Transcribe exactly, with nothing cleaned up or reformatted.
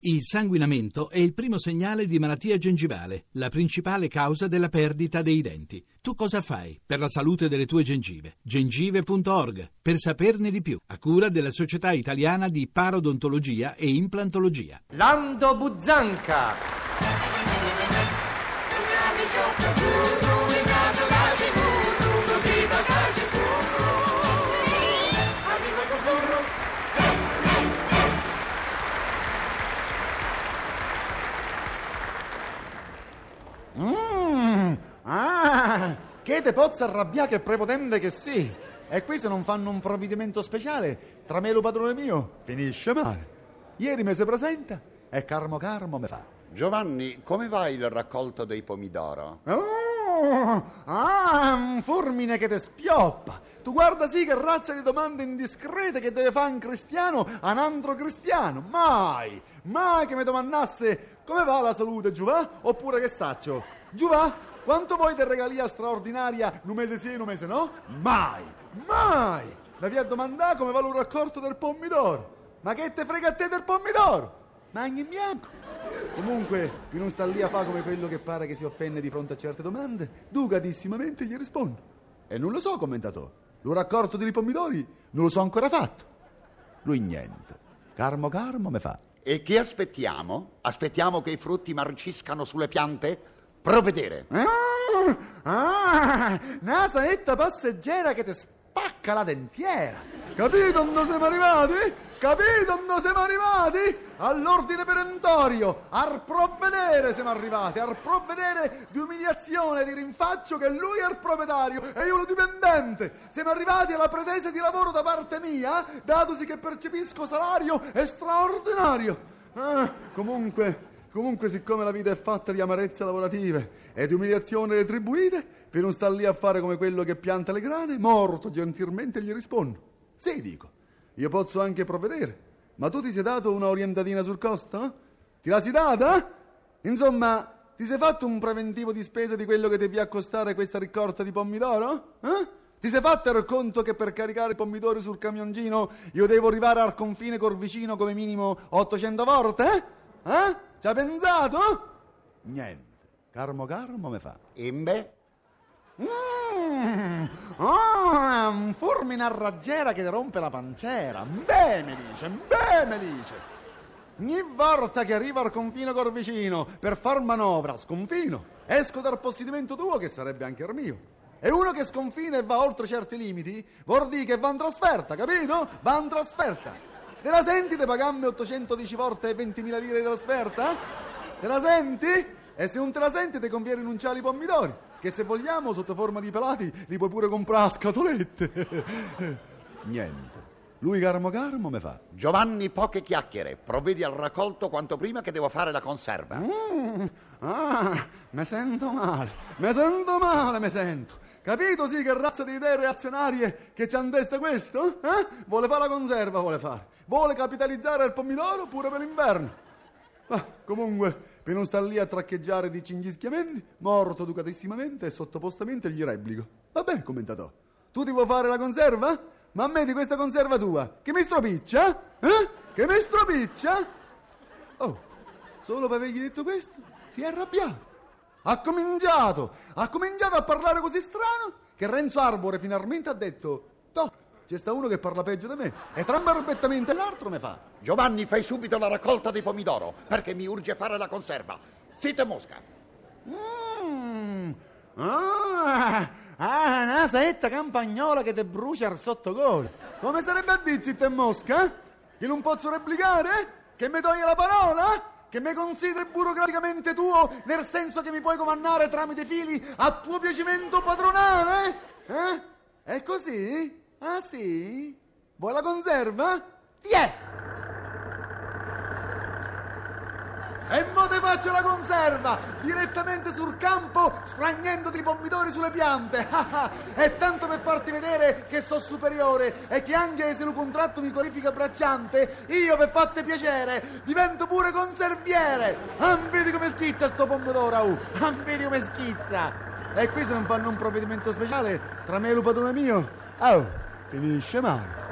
Il sanguinamento è il primo segnale di malattia gengivale, la principale causa della perdita dei denti. Tu cosa fai per la salute delle tue gengive? gengive punto org, per saperne di più, a cura della Società Italiana di Parodontologia e Implantologia. Lando Buzzanca. Mmm, ah, che te pozza arrabbiare che prepotente che sì. E qui se non fanno un provvedimento speciale tra me e lo padrone mio, finisce male. Ieri mi si presenta e carmo carmo mi fa: Giovanni, come va il raccolto dei pomidoro? Oh, ah, un fulmine che te spioppa. Tu guarda sì che razza di domande indiscrete che deve fare un cristiano a un altro cristiano. Mai, mai che mi domandasse come va la salute, Giuvà? Oppure che saccio? Giuvà, quanto vuoi te regalia straordinaria, un mese sì e un mese no? Mai, mai. La via a domandare come va il raccolto del pomidoro. Ma che te frega a te del pomidoro? Magni in bianco. Comunque, io non sta lì a fare come quello che pare che si offende di fronte a certe domande. Ducatissimamente gli rispondo: e non lo so, commentatore. Lo raccolto dei pomidori non lo so ancora fatto. Lui niente. Carmo carmo me fa: E che aspettiamo? Aspettiamo che i frutti marciscano sulle piante? Provvedere. Ah, ah, una saetta passeggera che ti spacca la dentiera. Capito dove siamo arrivati? Capito dove siamo arrivati? All'ordine perentorio, al provvedere siamo arrivati, al provvedere di umiliazione, di rinfaccio che lui è il proprietario e io lo dipendente. Siamo arrivati alla pretesa di lavoro da parte mia, datosi che percepisco salario straordinario. Ah, comunque, comunque, siccome la vita è fatta di amarezze lavorative e di umiliazioni retribuite, per non star lì a fare come quello che pianta le grane, morto gentilmente gli rispondo: sì, dico, io posso anche provvedere, ma tu ti sei dato una orientatina sul costo? Ti la sei data? Insomma, ti sei fatto un preventivo di spesa di quello che devi accostare questa raccolta di pomidoro? Eh? Ti sei fatto il conto che per caricare i pomidori sul camioncino io devo arrivare al confine col vicino come minimo ottocento volte? Eh? Eh? Ci hai pensato? Niente. Carmo carmo me fa: Imbe? Mmm, oh, un fulmine a raggiera che ti rompe la pancera. Beh, mi dice, beh, mi dice. Ogni volta che arrivo al confine col vicino per far manovra, sconfino. Esco dal possedimento tuo, che sarebbe anche il mio. E uno che sconfina e va oltre certi limiti, vuol dire che va in trasferta, capito? Va in trasferta. Te la senti di pagarmi ottocentodieci volte e ventimila lire di trasferta? Te la senti? E se non te la senti ti conviene rinunciare ai pomidori, che se vogliamo sotto forma di pelati li puoi pure comprare a scatolette. Niente. Lui carmo carmo me fa: Giovanni, poche chiacchiere, provvedi al raccolto quanto prima che devo fare la conserva. Mm, ah, me sento male, me sento male, me sento. Capito sì che razza di idee reazionarie che c'ha in testa questo? Eh? Vuole fare la conserva, vuole fare. Vuole capitalizzare il pomidoro pure per l'inverno. Ma comunque, per non star lì a traccheggiare di cingischiamenti, morto educatissimamente e sottopostamente gli replico: vabbè, commentatore, tu ti vuoi fare la conserva? Ma a me di questa conserva tua, che mi stropiccia? Eh? Che mi stropiccia? Oh, solo per avergli detto questo, si è arrabbiato. Ha cominciato, ha cominciato a parlare così strano che Renzo Arbore finalmente ha detto: toh, c'è sta uno che parla peggio di me. E tra barbettamente l'altro me fa: Giovanni, fai subito la raccolta dei pomidoro, perché mi urge fare la conserva. Zitta mosca. Mm. Ah, ah, una saetta campagnola che te brucia al sottogolo. Come sarebbe a dire zitta mosca? Che non posso replicare? Che mi toglie la parola? Che mi consideri burocraticamente tuo, nel senso che mi puoi comandare tramite fili a tuo piacimento padronale? Eh? È così? Ah sì? Vuoi la conserva? Tiè! E mo te faccio la conserva, direttamente sul campo, sfragnendoti i pomidori sulle piante. E tanto per farti vedere che so superiore e che anche se lo contratto mi qualifica bracciante, io per fatte piacere divento pure conserviere. Ah, vedi come schizza sto pomodoro, uh. Ah, vedi come schizza. E qui se non fanno un provvedimento speciale tra me e lo padrone mio, oh, finisce male.